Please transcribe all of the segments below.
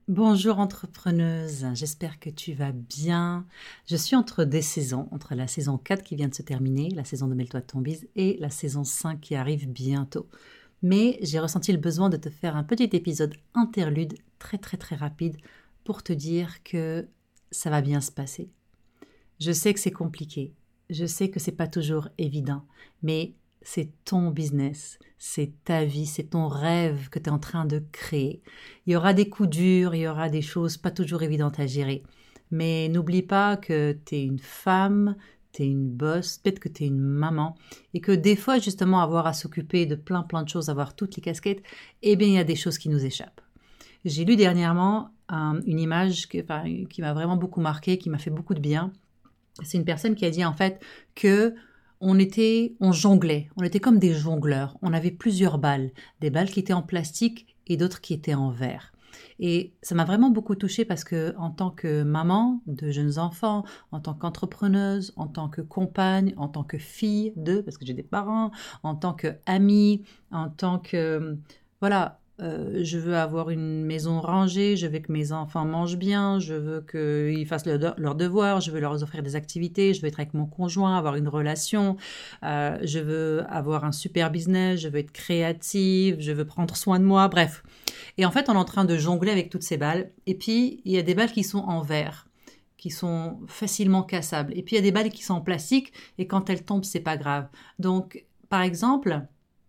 Bonjour entrepreneuse, j'espère que tu vas bien. Je suis entre des saisons, entre la saison 4 qui vient de se terminer, la saison de Mêle-toi de ton bise et la saison 5 qui arrive bientôt. Mais j'ai ressenti le besoin de te faire un petit épisode interlude très très très rapide pour te dire que ça va bien se passer. Je sais que c'est compliqué, je sais que c'est pas toujours évident, mais c'est ton business, c'est ta vie, c'est ton rêve que tu es en train de créer. Il y aura des coups durs, il y aura des choses pas toujours évidentes à gérer. Mais n'oublie pas que tu es une femme, tu es une boss, peut-être que tu es une maman, et que des fois, justement, avoir à s'occuper de plein de choses, avoir toutes les casquettes, eh bien, il y a des choses qui nous échappent. J'ai lu dernièrement une image qui m'a vraiment beaucoup marqué, qui m'a fait beaucoup de bien. C'est une personne qui a dit en fait que on jonglait, on était comme des jongleurs, on avait plusieurs balles, des balles qui étaient en plastique et d'autres qui étaient en verre. Et ça m'a vraiment beaucoup touchée parce que en tant que maman de jeunes enfants, en tant qu'entrepreneuse, en tant que compagne, en tant que fille d'eux, parce que j'ai des parents, en tant qu'amie, en tant que voilà, je veux avoir une maison rangée, je veux que mes enfants mangent bien, je veux qu'ils fassent leurs devoirs, je veux leur offrir des activités, je veux être avec mon conjoint, avoir une relation, je veux avoir un super business, je veux être créative, je veux prendre soin de moi, bref. Et en fait, on est en train de jongler avec toutes ces balles. Et puis, il y a des balles qui sont en verre, qui sont facilement cassables. Et puis, il y a des balles qui sont en plastique, et quand elles tombent, c'est pas grave. Donc, par exemple,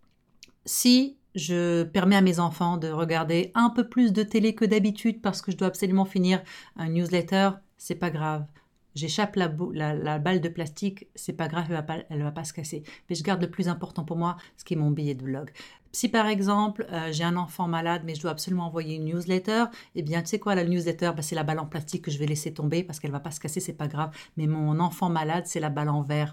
si je permets à mes enfants de regarder un peu plus de télé que d'habitude parce que je dois absolument finir un newsletter, c'est pas grave. J'échappe la balle de plastique, c'est pas grave, elle va pas se casser. Mais je garde le plus important pour moi, ce qui est mon billet de vlog. Si par exemple j'ai un enfant malade mais je dois absolument envoyer une newsletter, eh bien tu sais quoi, la newsletter, c'est la balle en plastique que je vais laisser tomber parce qu'elle va pas se casser, c'est pas grave. Mais mon enfant malade, c'est la balle en verre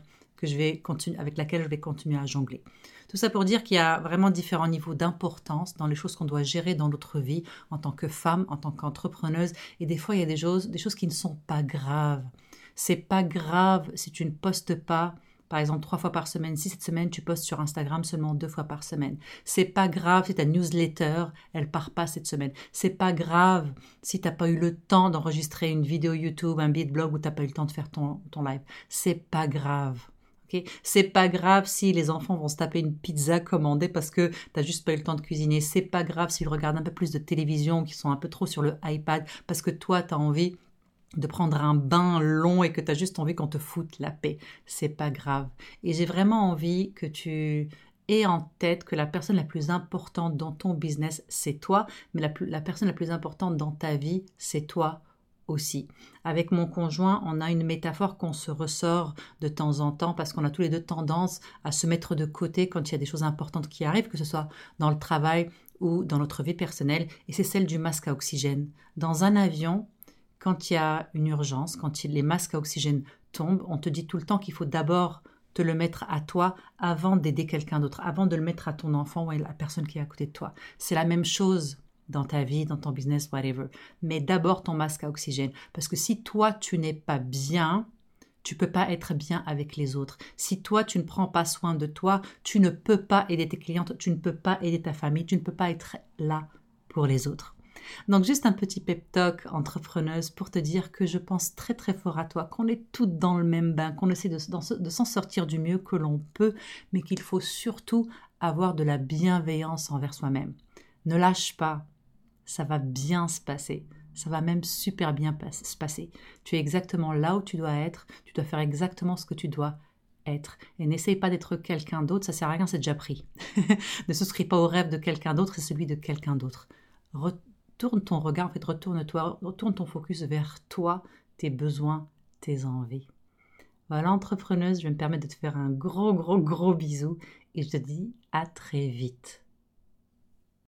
avec laquelle je vais continuer à jongler. Tout ça pour dire qu'il y a vraiment différents niveaux d'importance dans les choses qu'on doit gérer dans notre vie en tant que femme, en tant qu'entrepreneuse. Et des fois, il y a des choses qui ne sont pas graves. C'est pas grave si tu ne postes pas, par exemple, 3 fois par semaine. Si cette semaine, tu postes sur Instagram seulement 2 fois par semaine. C'est pas grave si ta newsletter, elle part pas cette semaine. C'est pas grave si t'as pas eu le temps d'enregistrer une vidéo YouTube, un billet de blog ou t'as pas eu le temps de faire ton live. C'est pas grave. Okay. C'est pas grave si les enfants vont se taper une pizza commandée parce que t'as juste pas eu le temps de cuisiner. C'est pas grave s'ils regardent un peu plus de télévision, qu'ils sont un peu trop sur le iPad parce que toi, t'as envie de prendre un bain long et que t'as juste envie qu'on te foute la paix. C'est pas grave. Et j'ai vraiment envie que tu aies en tête que la personne la plus importante dans ton business, c'est toi, mais la personne la plus importante dans ta vie, c'est toi aussi. Avec mon conjoint, on a une métaphore qu'on se ressort de temps en temps parce qu'on a tous les deux tendance à se mettre de côté quand il y a des choses importantes qui arrivent, que ce soit dans le travail ou dans notre vie personnelle, et c'est celle du masque à oxygène. Dans un avion, quand il y a une urgence, les masques à oxygène tombent, on te dit tout le temps qu'il faut d'abord te le mettre à toi avant d'aider quelqu'un d'autre, avant de le mettre à ton enfant ou à la personne qui est à côté de toi. C'est la même chose dans ta vie, dans ton business, whatever. Mais d'abord ton masque à oxygène. Parce que si toi, tu n'es pas bien, tu peux pas être bien avec les autres. Si toi, tu ne prends pas soin de toi, tu ne peux pas aider tes clientes, tu ne peux pas aider ta famille, tu ne peux pas être là pour les autres. Donc juste un petit pep talk entrepreneuse pour te dire que je pense très très fort à toi, qu'on est toutes dans le même bain, qu'on essaie de s'en sortir du mieux que l'on peut, mais qu'il faut surtout avoir de la bienveillance envers soi-même. Ne lâche pas, ça va bien se passer. Ça va même super bien se passer. Tu es exactement là où tu dois être, tu dois faire exactement ce que tu dois être. Et n'essaye pas d'être quelqu'un d'autre, ça sert à rien, c'est déjà pris. Ne souscris pas au rêve de quelqu'un d'autre, c'est celui de quelqu'un d'autre. Retourne ton regard, en fait, retourne ton focus vers toi, tes besoins, tes envies. Voilà, entrepreneuse, je vais me permettre de te faire un gros bisou et je te dis à très vite.